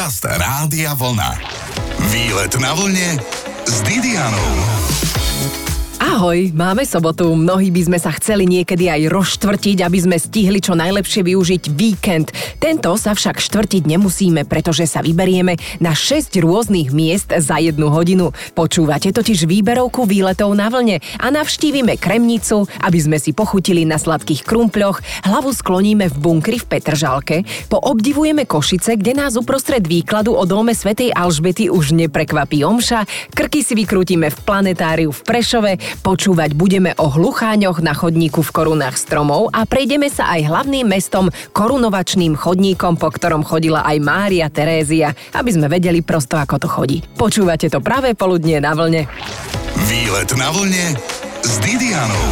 Podcast Rádia Vlna. Výlet na vlne s Didianou. Ahoj, máme sobotu. Mnohí by sme sa chceli niekedy aj rozštvrtiť, aby sme stihli čo najlepšie využiť víkend. Tento sa však štvrtiť nemusíme, pretože sa vyberieme na 6 rôznych miest za 1 hodinu. Počúvate totiž výberovku výletov na vlne a navštívime Kremnicu, aby sme si pochutili na sladkých krumpľoch, hlavu skloníme v bunkri v Petržalke, poobdivujeme Košice, kde nás uprostred výkladu o dome svätej Alžbety už neprekvapí omša, krky si vykrútime v planetáriu v Prešove, počúvať budeme o hlucháňoch na chodníku v korunách stromov a prejdeme sa aj hlavným mestom korunovačným chodníkom, po ktorom chodila aj Mária Terézia, aby sme vedeli prosto, ako to chodí. Počúvate to Pravé poludnie na vlne. Výlet na vlne s Didianou.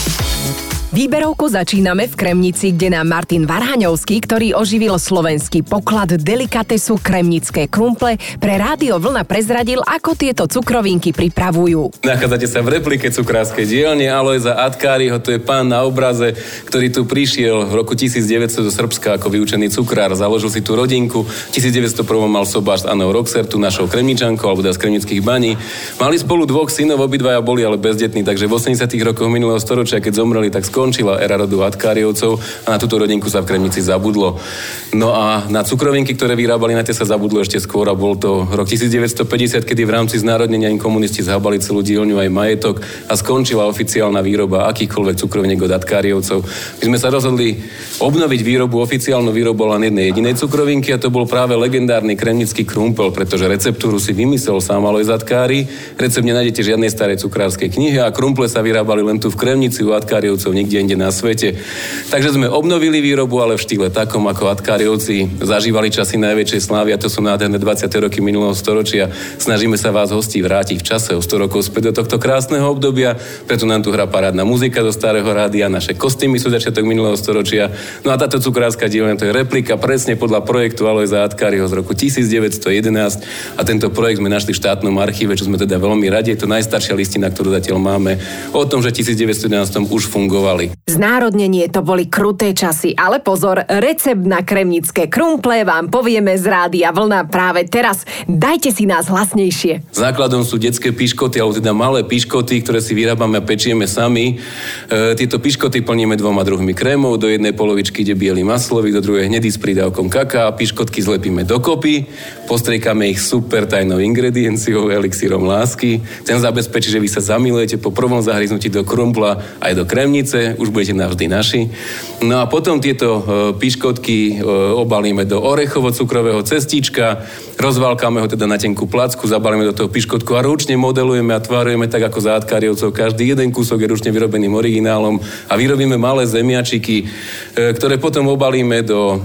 Výberovku začíname v Kremnici, kde nám Martin Varhaňovský, ktorý oživil slovenský poklad delikatesu kremnické krumple, pre Rádio Vlna prezradil, ako tieto cukrovinky pripravujú. Nachádzate sa v replike cukrárskej dielne Alojza Atkáriho, to je pán na obraze, ktorý tu prišiel v roku 1900 do Srbska ako vyučený cukrár. Založil si tú rodinku. V 1901 mal sobáš s Annou Roxertu, našou kremničankou, alebo z kremnických baní. Mali spolu 2 synov, obidvaja boli ale bezdetní, takže v 80. rokoch minulého storočia, keď zomreli, tak skončila éra rodu Atkáriovcov a na túto rodinku sa v Kremnici zabudlo. No a na cukrovinky, ktoré vyrábali, na tie sa zabudlo ešte skôr a bol to rok 1950, kedy v rámci znárodnenia im komunisti zhabali celú dielňu aj majetok a skončila oficiálna výroba akýchkoľvek cukroviniek od Atkáriovcov. My sme sa rozhodli obnoviť výrobu, oficiálnu výrobu len jednej jedinej cukrovinky a to bol práve legendárny kremnický krumpel, pretože receptúru si vymyslel sám Alojz Atkári. Recept nenájdete v žiadnej starej cukrárskej knihe a krumple sa vyrábali len tu v Kremnici u Atkáriovcov, nikde inde na svete. Takže sme obnovili výrobu, ale v štýle takom, ako Atkáriovci zažívali časy najväčšej slávy, a to sú nádherné 20. roky minulého storočia. Snažíme sa vás hostí vrátiť v čase o 100 rokov späť do tohto krásneho obdobia, preto nám tu hrá parádna muzika zo starého rádia, naše kostýmy sú začiatok minulého storočia. No a táto cukrárska dielňa, to je replika presne podľa projektu Alojza Atkáriho z roku 1911 a tento projekt sme našli v štátnom archíve, čo sme teda veľmi radi. Je to najstaršia listina, ktorú zatiaľ máme o tom, že v 1911 už fungovali. Znárodnenie to boli kruté časy, ale pozor, recept na kremnické krumple vám povieme z Rádia Vlna práve teraz. Dajte si nás hlasnejšie. Základom sú detské piškoty, alebo teda malé piškoty, ktoré si vyrábame a pečieme sami. Tieto piškoty plníme 2 druhmi krémov, do jednej polovičky ide biely maslový, do druhej hnedý s prídavkom kaká, piškotky zlepíme dokopy, postriekame ich super tajnou ingredienciou, elixírom lásky. Ten zabezpečí, že vy sa zamilujete po prvom zahryznutí do krumpla aj do kremnice, už budete navždy naši. No a potom tieto piškotky obalíme do orechovo-cukrového cestíčka, rozválkame ho teda na tenkú placku, zabalíme do toho piškotku a ručne modelujeme a tvárujeme tak ako za Atkáriovcov. Každý jeden kúsok je ručne vyrobeným originálom a vyrobíme malé zemiačiky, ktoré potom obalíme do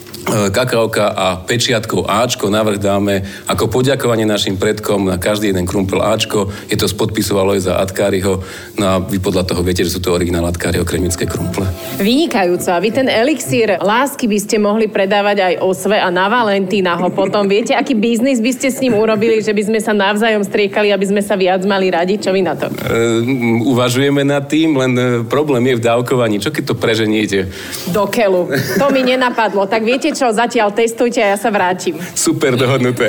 kakaoka a pečiatkov Ačko. Navrch dáme ako poďakovanie našim predkom na každý jeden krumpel Ačko. Je to z podpisu Alojza Atkáriho. No a vy podľa toho viete, že sú to originál Atkáriho kremnické krumple. Vynikajúco. A vy ten elixír lásky by ste mohli predávať aj osve a na Valentína ho potom. Viete, aký biznis by ste s ním urobili, že by sme sa navzájom striekali, aby sme sa viac mali radi? Čo vy na to? Uvažujeme nad tým, len problém je v dávkovaní. Čo keď to preženiete? Do keľu. To mi nenapadlo. Tak viete čo, zatiaľ testujte a ja sa vrátim. Super, dohodnuté.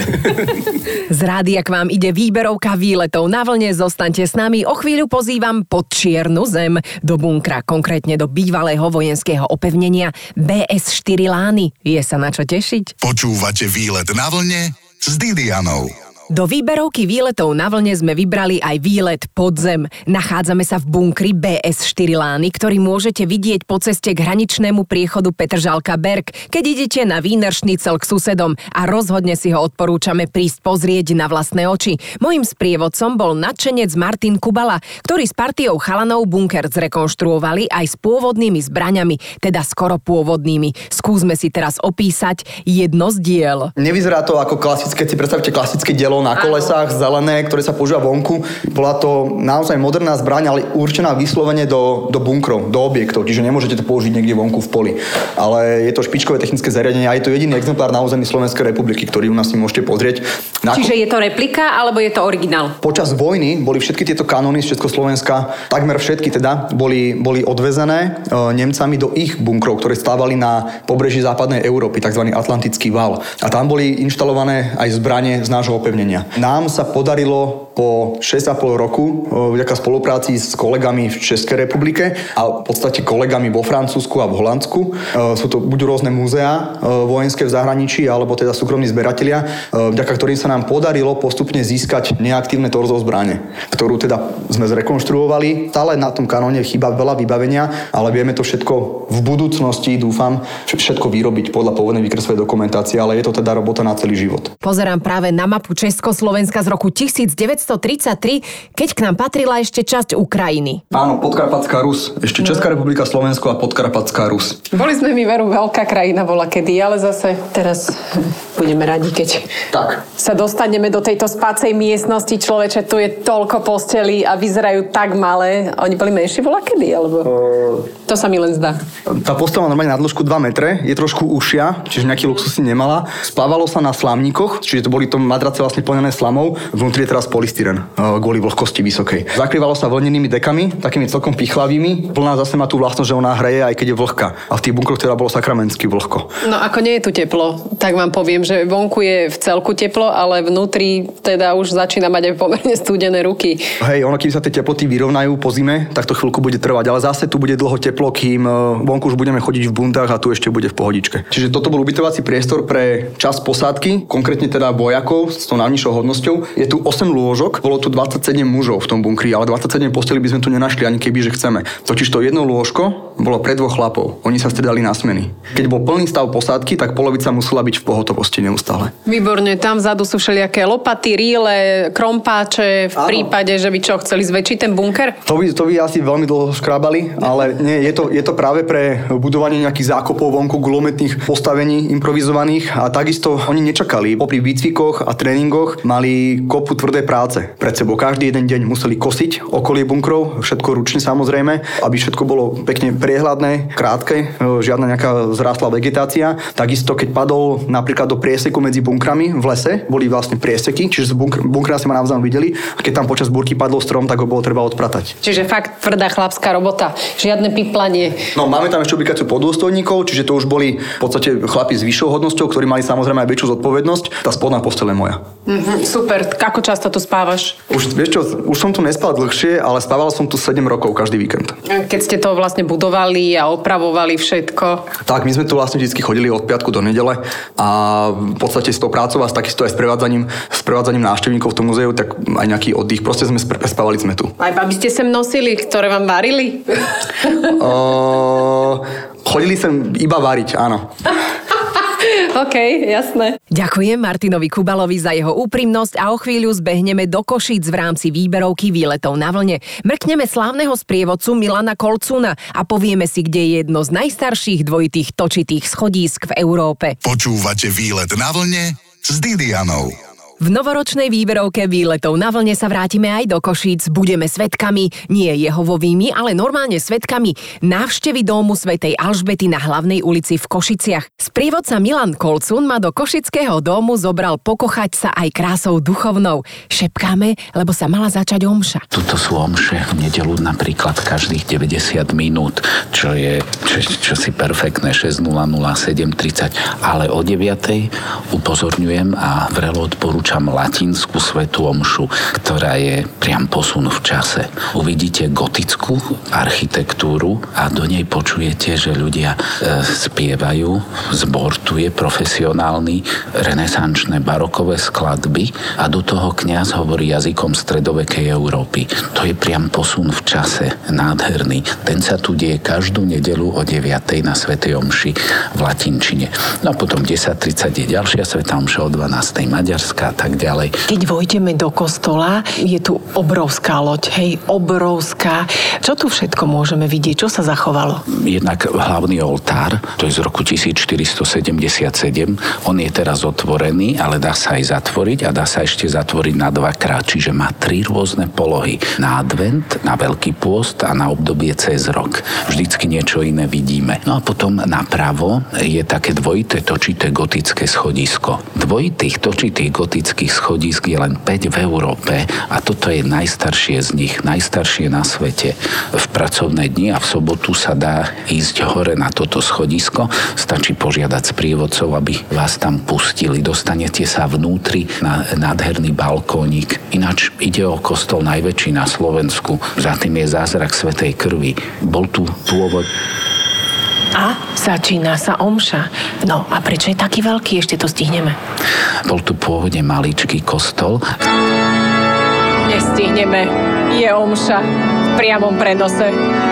Z rádia k vám ide výberovka výletov na vlne, zostaňte s nami. O chvíľu pozývam pod čiernu zem do bunkra, konkrétne do bývalého vojenského opevnenia BS4 Lány. Je sa na čo tešiť? Počúvate Výlet na vlne s Didianou. Do výberovky výletov na vlne sme vybrali aj výlet pod zem. Nachádzame sa v bunkri BS4 Lány, ktorý môžete vidieť po ceste k hraničnému priechodu Petržalka Berg, keď idete na Wiener Schnitzel k susedom a rozhodne si ho odporúčame prísť pozrieť na vlastné oči. Mojím sprievodcom bol nadšenec Martin Kubala, ktorý s partiou chalanov bunker zrekonštruovali aj s pôvodnými zbraňami, teda skoro pôvodnými. Skúsme si teraz opísať jedno z diel. Nevyzerá to ako klasické, si predstavte klasické dielo bielo na kolesách, zelené, ktoré sa používa vonku. Bola to naozaj moderná zbraň, ale určená vyslovene do bunkrov, do objektov, čiže nemôžete to použiť niekde vonku v poli. Ale je to špičkové technické zariadenie a je to jediný exemplár na území Slovenskej republiky, ktorý u nás si môžete pozrieť. Čiže je to replika, alebo je to originál? Počas vojny boli všetky tieto kanóny z Československa, takmer všetky teda, boli odvezené Nemcami do ich bunkrov, ktoré stávali na pobreží západnej Európy, tzv. Atlantický val. A tam boli inštalované aj zbrane z nášho opevnenia. Nám sa podarilo po 6,5 roku vďaka spolupráci s kolegami v Českej republike a v podstate kolegami vo Francúzsku a v Holandsku. Sú to buď rôzne múzeá vojenské v zahraničí, alebo teda súkromní zberatelia, vďaka ktorým sa nám podarilo postupne získať neaktívne torzo zbrane, ktorú teda sme zrekonštruovali. Stále na tom kanóne chýba veľa vybavenia, ale vieme to všetko v budúcnosti, dúfam, všetko vyrobiť podľa pôvodnej výkresovej dokumentácie, ale je to teda robota na celý život. Pozerám práve na mapu Československa z roku 1933, keď k nám patrila ešte časť Ukrajiny. Áno, Podkarpatská Rus. Ešte Česká republika, Slovensko a Podkarpatská Rus. Boli sme mi veru veľká krajina bola kedy, ale zase teraz budeme radi, keď sa dostaneme do tejto spácej miestnosti. Človeče, tu je toľko postelí a vyzerajú tak malé. Oni boli menšie bola kedy, alebo? To sa mi len zdá. Tá postela normálne na dĺžku 2 metre, je trošku užšia, čiže nejaký luxus si nemala. Spávalo sa na slamníkoch, čiže to boli to madrace vlastne plnené slamou. Vnútri je teraz polystyren, kvôli vlhkosti vysokej. Zakrývalo sa vlnenými dekami, takými celkom pichlavými. Vlna zase má tú vlastnosť, že ona hreje, aj keď je vlhká. A v tých bunkroch teda bolo sakramensky vlhko. No ako nie je tu teplo, tak vám poviem, že vonku je v celku teplo, ale vnútri teda už začína mať aj pomerne studené ruky. Hej, ono, kým sa tie teploty vyrovnajú po zime, tak to chvíľku bude trvať, ale zase tu bude dlho teplo, kým vonku už budeme chodiť v bundách a tu ešte bude v pohodičke. Čiže toto bol ubytovací priestor pre časť posádky, konkrétne teda vojakov s tou najnižšou hodnosťou. Je tu 8 lôžok, bolo tu 27 mužov v tom bunkri, ale 27 postelí by sme tu nenašli ani keby, že chceme. Totiž to jedno lôžko bolo pre 2 chlapov. Oni sa stredali na smeny. Keď bol plný stav posádky, tak polovica musela byť v pohotovosti neustále. Výborne, tam vzadu sú všelijaké lopaty, rýle, krompáče, v prípade, že by čo chceli zväčšiť ten bunker? To by asi veľmi dlho škrábali, ale nie, je to práve pre budovanie nejakých zákopov vonku, gulometných postavení improvizovaných a takisto oni nečakali. Popri výcvikoch a tréningoch mali kopu tvrdé práce pred sebou. Každý jeden deň museli kosiť okolie bunkrov, všetko ručne samozrejme, aby všetko bolo pekne priehľadné, krátke, žiadna nejaká zrástla vegetácia. Takisto keď padol napríklad do prieseku medzi bunkrami v lese, boli vlastne prieseky, čiže z bunkra sme navzájom videli a keď tam počas búrky padol strom, tak ho bolo treba odpratať. Čiže fakt tvrdá chlapská robota, žiadne piplanie. No, máme tam ešte ubikáciu podôstojníkov, čiže to už boli v podstate chlapi s vyššou hodnosťou, ktorí mali samozrejme aj väčšiu zodpovednosť. Tá spodná posteľ je moja. Super. Ako často tu spávaš? Už som tu nespal dlhšie, ale spával som tu 7 rokov každý víkend. Keď ste to vlastne budovali a opravovali všetko? Tak, my sme tu vlastne vždy chodili od piatku do nedele a v podstate s tou prácou a takisto aj s prevádzaním návštevníkov v tom muzeu, tak aj nejaký oddych. Proste spávali sme tu. Aj babi ste sem nosili, ktoré vám varili? Chodili sem iba variť, áno. OK, jasné. Ďakujem Martinovi Kubalovi za jeho úprimnosť a o chvíľu zbehneme do Košíc v rámci výberovky Výletov na vlne. Mrkneme slávneho sprievodcu Milana Kolcuna a povieme si, kde je jedno z najstarších dvojitých točitých schodísk v Európe. Počúvate Výlet na vlne s Didianou. V novoročnej výberovke Výletov na vlne sa vrátime aj do Košíc. Budeme svedkami, nie Jehovovými, ale normálne svedkami návštevy domu svätej Alžbety na hlavnej ulici v Košiciach. Sprievodca Milan Kolcun ma do košického domu zobral pokochať sa aj krásou duchovnou. Šepkáme, lebo sa mala začať omša. Tuto sú omše v nedeľu napríklad každých 90 minút, čo je si perfektné, 6:00, 7:30, ale o 9:00 upozorňujem a vrelo odporúčam latinskú svätú omšu, ktorá je priam posun v čase. Uvidíte gotickú architektúru a do nej počujete, že ľudia spievajú, zbor tu je profesionálny, renesančné barokové skladby a do toho kňaz hovorí jazykom stredovekej Európy. To je priam posun v čase, nádherný. Ten sa tu deje každú nedeľu o 9:00 na svätej omši v latinčine. No a potom 10:30 je ďalšia svätá omša, o 12:00 maďarská, a tak ďalej. Keď vojdeme do kostola, je tu obrovská loď, hej, obrovská. Čo tu všetko môžeme vidieť? Čo sa zachovalo? Jednak hlavný oltár, to je z roku 1477. On je teraz otvorený, ale dá sa aj zatvoriť a dá sa ešte zatvoriť na 2-krát, čiže má 3 rôzne polohy. Na advent, na Veľký pôst a na obdobie cez rok. Vždycky niečo iné vidíme. No a potom napravo je také dvojité točité gotické schodisko. Dvojitých točitých gotických schodisk je len 5 v Európe a toto je najstaršie z nich, najstaršie na svete. V pracovné dni a v sobotu sa dá ísť hore na toto schodisko. Stačí požiadať sprievodcov, aby vás tam pustili. Dostanete sa vnútri na nádherný balkónik. Ináč ide o kostol najväčší na Slovensku. Za tým je zázrak svätej krvi. Bol tu pôvod... A začína sa omša. No a prečo je taký veľký? Ešte to stihneme. Bol tu pôvodne maličký kostol. Nestihneme. Je omša v priamom prenose.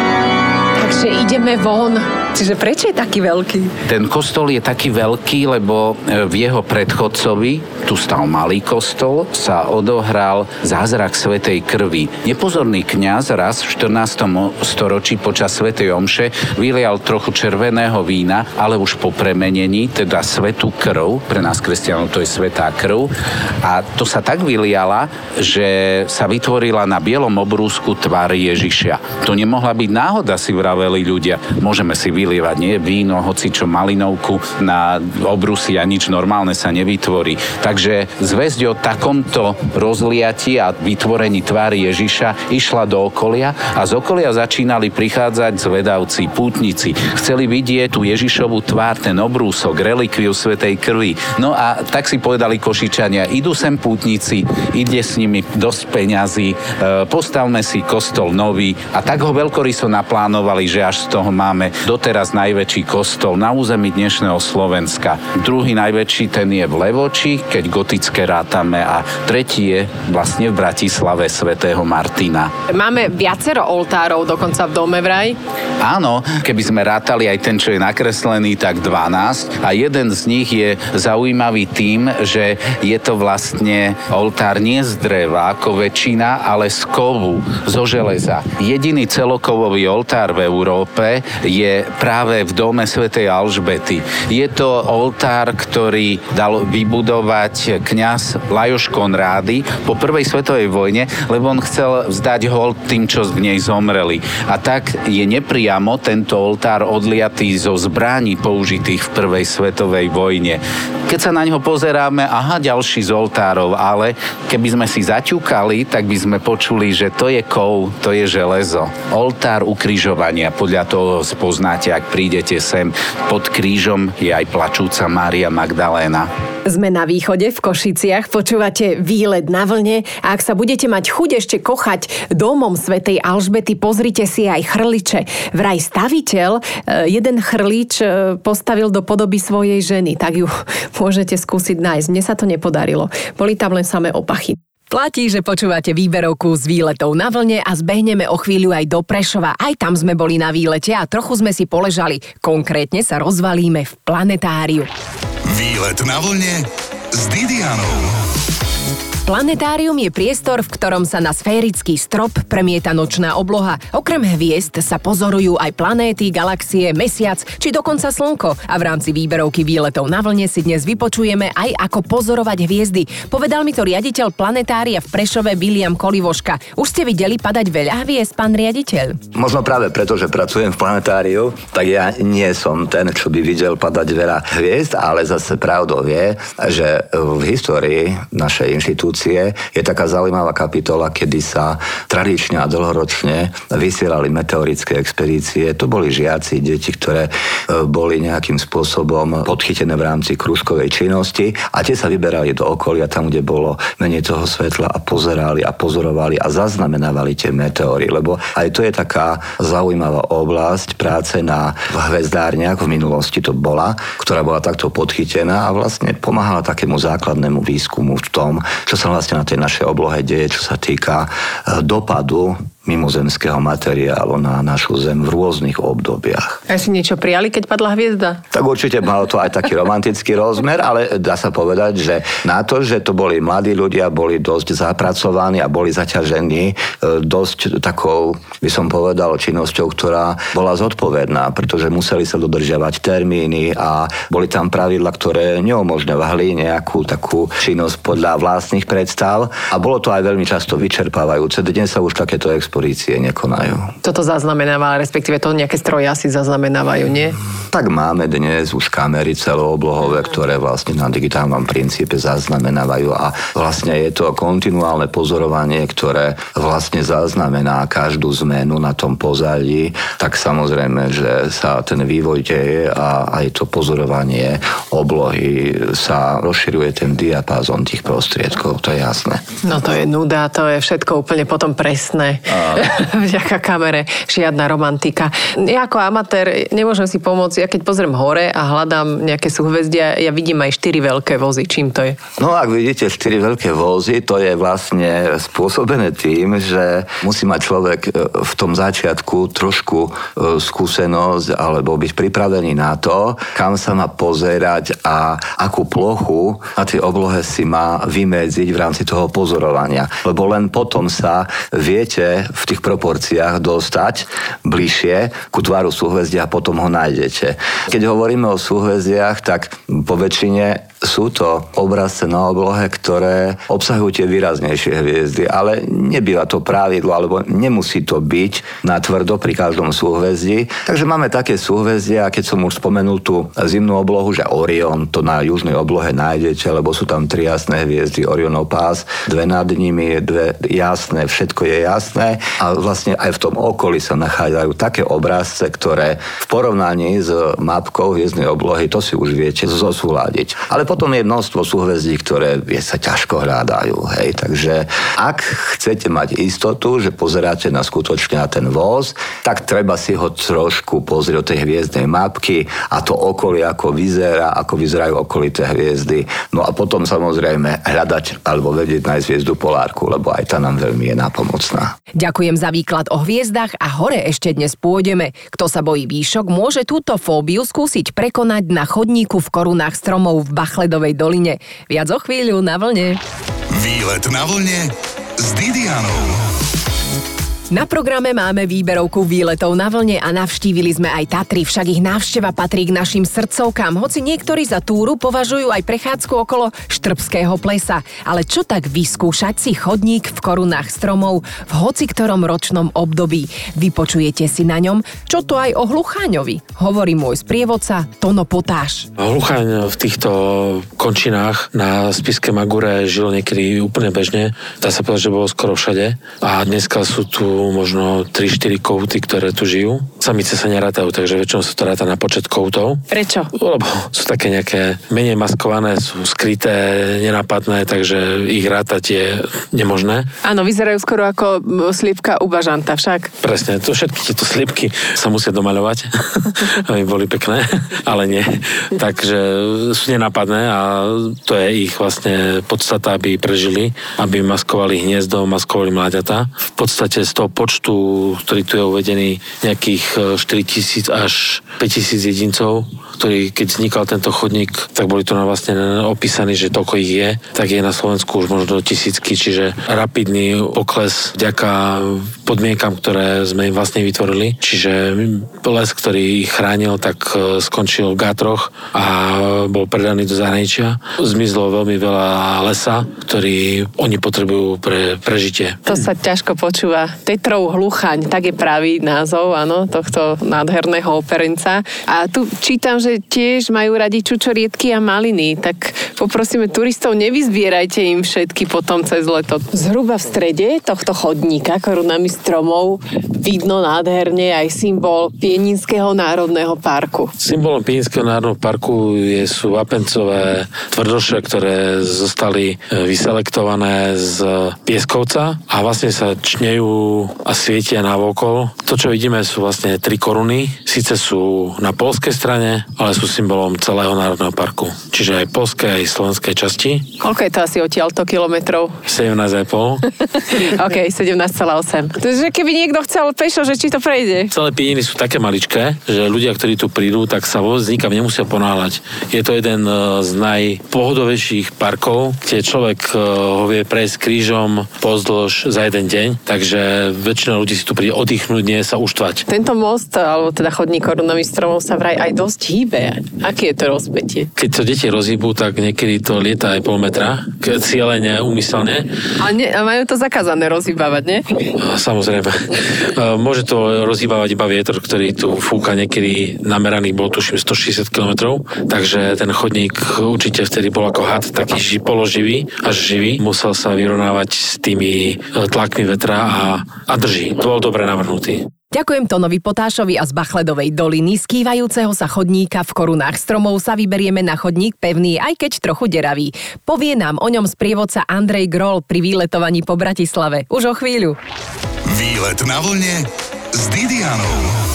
Takže ideme von. Čiže prečo je taký veľký? Ten kostol je taký veľký, lebo v jeho predchodcovi, tu stal malý kostol, sa odohral zázrak svätej krvi. Nepozorný kňaz raz v 14. storočí počas svätej omše vylial trochu červeného vína, ale už po premenení, teda svätú krv, pre nás kresťanov to je svätá krv, a to sa tak vyliala, že sa vytvorila na bielom obrúsku tvár Ježiša. To nemohla byť náhoda, si vraveli ľudia. Môžeme si vylievať nie víno, hocičo malinovku na obrusy a nič normálne sa nevytvorí. Takže zvesť o takomto rozliati a vytvorení tvári Ježiša išla do okolia a z okolia začínali prichádzať zvedavci, pútnici. Chceli vidieť tú Ježišovú tvár, ten obrúsok, relikviu svätej krvi. No a tak si povedali Košičania, idú sem pútnici, ide s nimi dosť peňazí, postavme si kostol nový a tak ho veľkoryso naplánovali, že až z toho máme doteraz najväčší kostol na území dnešného Slovenska. Druhý najväčší ten je v Levoči, keď gotické rátame, a tretí je vlastne v Bratislave svätého Martina. Máme viacero oltárov dokonca v dome vraj. Áno, keby sme rátali aj ten, čo je nakreslený, tak 12 a jeden z nich je zaujímavý tým, že je to vlastne oltár nie z dreva ako väčšina, ale z kovu, zo železa. Jediný celokovový oltár v Európe je práve v dome svätej Alžbety. Je to oltár, ktorý dal vybudovať kňaz Lajos Konrády po prvej svetovej vojne, lebo on chcel vzdať hold tým, čo v nej zomreli. A tak je nepriamo tento oltár odliatý zo zbraní použitých v prvej svetovej vojne. Keď sa na ňo pozeráme, ďalší z oltárov, ale keby sme si zaťukali, tak by sme počuli, že to je kov, to je železo. Oltár ukrižovania, podľa toho spoznáte, ak prídete sem. Pod krížom je aj plačúca Mária Magdaléna. Sme na východe v Košiciach, počúvate Výlet na vlne a ak sa budete mať chuť ešte kochať domom svätej Alžbety, pozrite si aj chrliče. Vraj staviteľ jeden chrlič postavil do podoby svojej ženy, tak ju môžete skúsiť nájsť. Mne sa to nepodarilo. Boli tam len samé opachy. Platí, že počúvate výberovku s Výletov na vlne a zbehneme o chvíľu aj do Prešova. Aj tam sme boli na výlete a trochu sme si poležali. Konkrétne sa rozvalíme v planetáriu. Výlet na vlne s Didianou. Planetárium je priestor, v ktorom sa na sférický strop premieta nočná obloha. Okrem hviezd sa pozorujú aj planéty, galaxie, mesiac či dokonca slnko. A v rámci výberovky Výletov na vlne si dnes vypočujeme aj ako pozorovať hviezdy. Povedal mi to riaditeľ planetária v Prešove Viliam Kolivoška. Už ste videli padať veľa hviezd, pán riaditeľ? Možno práve preto, že pracujem v planetáriu, tak ja nie som ten, čo by videl padať veľa hviezd, ale zase pravdou je, že v histórii našej inštitúcie je taká zaujímavá kapitola, kedy sa tradične a dlhoročne vysielali meteorické expedície. To boli žiaci, deti, ktoré boli nejakým spôsobom podchytené v rámci krúžkovej činnosti a tie sa vyberali do okolia, tam, kde bolo menej toho svetla a pozerali a pozorovali a zaznamenávali tie meteóry, lebo aj to je taká zaujímavá oblasť práce na hvezdárne, ako v minulosti to bola, ktorá bola takto podchytená a vlastne pomáhala takému základnému výskumu v tom, čo sa vlastne na tej našej oblohe deje, čo sa týka dopadu mimozemského materiálu na našu Zem v rôznych obdobiach. A si niečo prijali, keď padla hviezda? Tak určite malo to aj taký romantický rozmer, ale dá sa povedať, že na to, že to boli mladí ľudia, boli dosť zapracovaní a boli zaťažení dosť takou, by som povedal, činnosťou, ktorá bola zodpovedná, pretože museli sa dodržiavať termíny a boli tam pravidla, ktoré neumožňovali nejakú takú činnosť podľa vlastných predstav a bolo to aj veľmi často vyčerpávajúce. Dnes sa už takéto expedície nekonajú. Toto zaznamenáva, respektíve to nejaké stroje asi zaznamenávajú, nie? Tak máme dnes už kamery celooblohové, ktoré vlastne na digitálnom princípe zaznamenávajú a vlastne je to kontinuálne pozorovanie, ktoré vlastne zaznamená každú zmenu na tom pozadí, tak samozrejme, že sa ten vývoj deje a aj to pozorovanie oblohy sa rozširuje ten diapázon tých prostriedkov, to je jasné. No to je nuda, to je všetko úplne potom presné. Vďaka kamere, žiadna romantika. Ja ako amatér nemôžem si pomôcť, ja keď pozriem hore a hľadám nejaké súhvezdia, ja vidím aj 4 veľké vozy. Čím to je? No ak vidíte 4 veľké vozy, to je vlastne spôsobené tým, že musí mať človek v tom začiatku trošku skúsenosť alebo byť pripravený na to, kam sa má pozerať a akú plochu na tej oblohe si má vymedziť v rámci toho pozorovania. Lebo len potom sa viete v tých proporciách dostať bližšie ku tvaru súhvezdia a potom ho nájdete. Keď hovoríme o súhvezdiach, tak po väčšine sú to obrazce na oblohe, ktoré obsahujú tie výraznejšie hviezdy, ale nebýva to pravidlo, alebo nemusí to byť natvrdo pri každom súhvezdí. Takže máme také súhvezdia, keď som už spomenul tú zimnú oblohu, že Orion, to na južnej oblohe nájdete, lebo sú tam 3 jasné hviezdy, Orionov pás, 2 nad nimi, 2 jasné, všetko je jasné a vlastne aj v tom okolí sa nachádzajú také obrazce, ktoré v porovnaní s mapkou hviezdnej oblohy, to si už viete zosúladiť. Ale potom je množstvo súhvezdí, ktoré sa ťažko hľadajú. Hej. Takže ak chcete mať istotu, že pozeráte skutočne na ten voz, tak treba si ho trošku pozrieť od tej hviezdnej mapky a to okolie, ako vyzerá, ako vyzerajú okolité hviezdy. No a potom samozrejme hľadať alebo vedieť nájsť hviezdu polárku, lebo aj tá nám veľmi je nápomocná. Ďakujem za výklad o hviezdach a hore ešte dnes pôjdeme. Kto sa bojí výšok, môže túto fóbiu skúsiť prekonať na chodníku v korunách stromov v Bachledovej doline. Viac o chvíľu na vlne. Výlet na vlne s Didianou. Na programe máme výberovku výletov na vlne a navštívili sme aj Tatry, však ich návšteva patrí k našim srdcovkám, hoci niektorí za túru považujú aj prechádzku okolo Štrbského plesa. Ale čo tak vyskúšať si chodník v korunách stromov v hociktorom ročnom období? Vypočujete si na ňom, čo to aj o Hlucháňovi, hovorí môj sprievodca Tono Potáš. Hlucháň v týchto končinách na Spišskej Magure žil niekedy úplne bežne, dá sa povedať, že bolo skoro všade a dneska sú tu možno 3-4 kouty, ktoré tu žijú. Samice sa nerátajú, takže väčšinou sa to ráta na počet koutov. Prečo? Lebo sú také nejaké menej maskované, sú skryté, nenápadné, takže ich rátať je nemožné. Áno, vyzerajú skoro ako slípka u bažanta však. Presne, to všetky tieto slípky sa musia domaľovať, aby boli pekné, ale nie. Takže sú nenápadné a to je ich vlastne podstata, aby prežili, aby maskovali hniezdo, maskovali mláďata. V podstate z toho počtu, ktorý tu je uvedený, nejakých 4,000 až 5,000 jedincov, ktorí, keď vznikal tento chodník, tak boli tu vlastne opísaní, že toľko ich je, tak je na Slovensku už možno 1000, čiže rapidný pokles vďaka podmienkam, ktoré sme im vlastne vytvorili. Čiže les, ktorý ich chránil, tak skončil v gátroch a bol predaný do zahraničia. Zmizlo veľmi veľa lesa, ktorý oni potrebujú pre prežitie. To sa ťažko počúva. Tetrov Hlucháň, tak je pravý názov, áno, tohto nádherného operenca. A tu čítam, že tiež majú radi čučoriedky a maliny, tak poprosíme turistov, nevyzbierajte im všetky potom cez leto. Zhruba v strede tohto chodníka korunami stromov vidno nádherne aj symbol Pieninského národného parku. Symbolom Pieninského národného parku sú vapencové tvrdoše, ktoré zostali vyselektované z pieskovca a vlastne sa čnejú a svietia navokol. To, čo vidíme, sú vlastne 3 koruny. Síce sú na poľskej strane, ale sú symbolom celého národného parku. Čiže aj polskej, aj slovenskej časti. Koľko je to asi odtiaľto kilometrov? 17,5. OK, 17,8. Takže keby niekto chcel pešo, že či to prejde? Celé Píniny sú také maličké, že ľudia, ktorí tu prídu, tak sa vôbec nikam nemusia ponáhľať. Je to jeden z najpohodovejších parkov, kde človek ho vie prejsť krížom pozdĺž za jeden deň, takže väčšina ľudí si tu príde oddychnúť, nie sa uštvať. Tento most, alebo teda chodník korunových stromov sa vraj aj dosť hýbe. Aký je to rozpätie? Keď to deti rozhýbu, tak niekedy to lieta aj pol metra, cieľene, úmyselne. A majú to zakázané rozhýbavať, nie? Samozrejme. Môže to rozhýbavať iba vietor, ktorý tu fúka niekedy nameraný, bol tuším 160 km, takže ten chodník určite vtedy bol ako had, taký položivý, až živý. Musel sa vyrovnávať s tými tlakmi vetra a drží. To bol dobre navrhnutý. Ďakujem Tonovi Potášovi a z Bachledovej doliny z kývajúceho sa chodníka v korunách stromov sa vyberieme na chodník pevný, aj keď trochu deravý. Povie nám o ňom sprievodca Andrej Grol pri výletovaní po Bratislave. Už o chvíľu. Výlet na vlne s Didianou.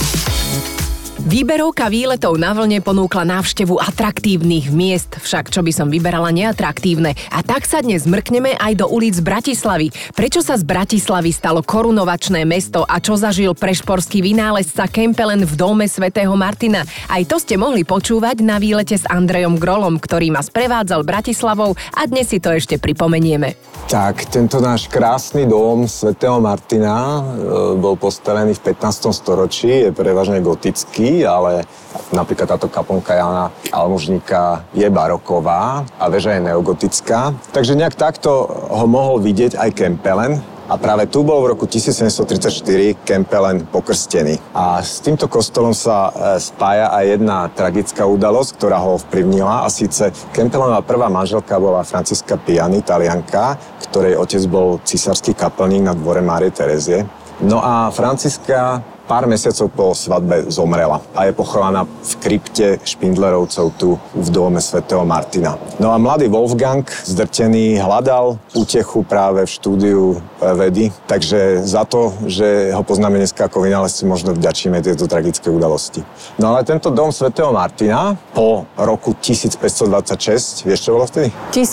Výberovka výletov na vlne ponúkla návštevu atraktívnych miest, však čo by som vyberala neatraktívne. A tak sa dnes mrkneme aj do ulic Bratislavy. Prečo sa z Bratislavy stalo korunovačné mesto a čo zažil prešporský vynálezca Kempelen v dome svätého Martina? Aj to ste mohli počúvať na výlete s Andrejom Grolom, ktorý ma sprevádzal Bratislavou a dnes si to ešte pripomenieme. Tak, tento náš krásny dom svätého Martina bol postavený v 15. storočí, je prevažne gotický, ale napríklad táto kaplnka Jána Almužníka je baroková a väža je neogotická. Takže nejak takto ho mohol vidieť aj Kempelen. A práve tu bol v roku 1734 Kempelen pokrstený. A s týmto kostolom sa spája aj jedna tragická udalosť, ktorá ho ovplyvnila. A síce Kempelenová prvá manželka bola Franciska Piani, Talianka, ktorej otec bol císarský kaplník na dvore Márie Terezie. No a Franciska pár mesiacov po svadbe zomrela a je pochovaná v krypte Špindlerovcov tu v dome svätého Martina. No a mladý Wolfgang, zdrtený, hľadal útechu práve v štúdiu vedy, takže za to, že ho poznáme dneska ako vynálezci, možno vďačíme tieto tragické udalosti. No ale tento dom svätého Martina po roku 1526, vieš čo bolo vtedy?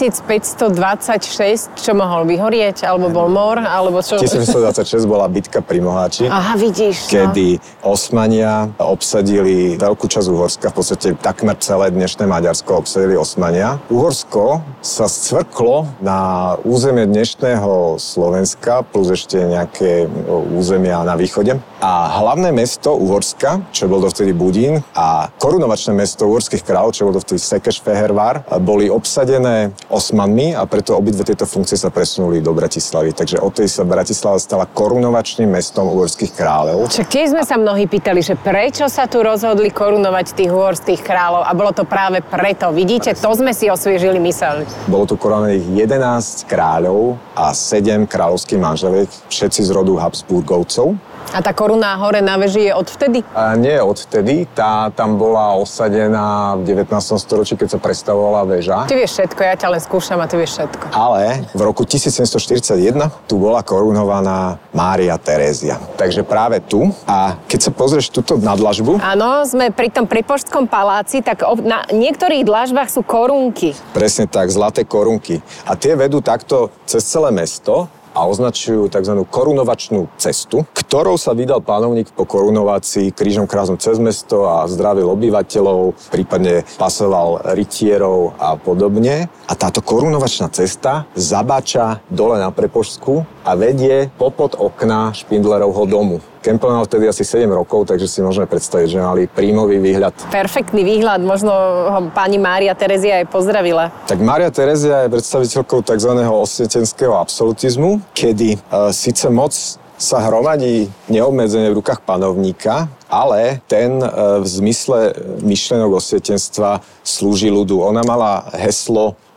1526, čo mohol vyhorieť, alebo bol mor, alebo čo? 1526 bola bitka pri Moháči. Aha, vidíš. Kedy Osmania obsadili veľkú časť Uhorska, v podstate takmer celé dnešné Maďarsko obsadili Osmania. Uhorsko sa scvrklo na územie dnešného Slovenska, plus ešte nejaké územia na východe. A hlavné mesto Uhorska, čo bol dovtedy Budín, a korunovačné mesto uhorských kráľov, čo bol dovtedy Székesfehérvár, boli obsadené Osmanmi a preto obidve tieto funkcie sa presunuli do Bratislavy. Takže odtedy sa Bratislava stala korunovačným mestom uhorských kráľov. Tiež sme sa mnohí pýtali, že prečo sa tu rozhodli korunovať tých uhorských kráľov a bolo to práve preto. Vidíte, to sme si osviežili myseľ. Bolo tu korunovaných 11 kráľov a 7 kráľovských manželiek, všetci z rodu Habsburgovcov. A tá koruna hore na veži je odvtedy? Nie odvtedy, tá tam bola osadená v 19. storočí, keď sa prestavovala väža. Ty vieš všetko, ja ťa len skúšam a ty vieš všetko. Ale v roku 1741 tu bola korunovaná Mária Terézia. Takže práve tu. A keď sa pozrieš túto na dlažbu... Áno, sme pri tom Pripoštskom paláci, tak na niektorých dlažbách sú korunky. Presne tak, zlaté korunky. A tie vedú takto cez celé mesto a označujú tzv. Korunovačnú cestu, ktorou sa vydal panovník po korunovácii krížom krážom cez mesto a zdravil obyvateľov, prípadne pasoval rytierov a podobne. A táto korunovačná cesta zabáča dole na Prepoštsku a vedie popod okna Špindlerovho domu. Kempelen mal vtedy asi 7 rokov, takže si môžeme predstaviť, že mali príjmový výhľad. Perfektný výhľad, možno ho pani Mária Terezia aj pozdravila. Tak Mária Terezia je predstaviteľkou tzv. Osvietenského absolutizmu, kedy síce moc sa hromadí neobmedzene v rukách panovníka, ale ten v zmysle myšlienok osvietenstva slúži ľudu. Ona mala heslo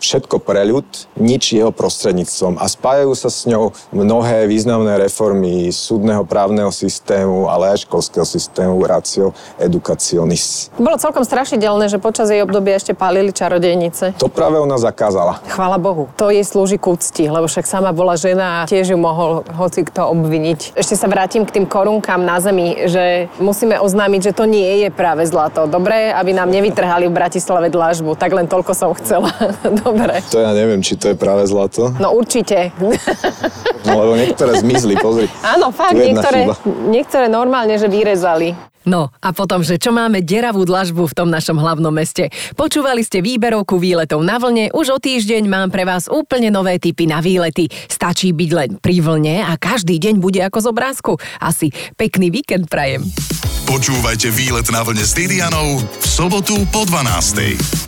všetko pre ľud, nič jeho prostredníctvom. A spájajú sa s ňou mnohé významné reformy súdneho právneho systému, ale aj školského systému, ratio educationis. Bolo celkom strašidelné, že počas jej obdobia ešte pálili čarodejnice. To práve ona zakázala. Chvála Bohu. To jej slúži k úcti, lebo však sama bola žena a tiež ju mohol hoci kto obviniť. Ešte sa vrátim k tým korunkám na zemi, že musíme oznámiť, že to nie je práve zlato. Dobre, aby nám nevytrhali v Bratislave dlažbu. Tak len toľko som chcela. Dobre. To ja neviem, či to je práve zlato. No určite. No lebo niektoré zmizli, pozri. Áno, fakt, niektoré normálne, že vyrezali. No a potom, že čo máme deravú dlažbu v tom našom hlavnom meste. Počúvali ste výberovku výletov na vlne, už o týždeň mám pre vás úplne nové tipy na výlety. Stačí byť len pri vlne a každý deň bude ako z obrázku. Asi pekný víkend prajem. Počúvajte Výlet na vlne s Didianou v sobotu po 12:00.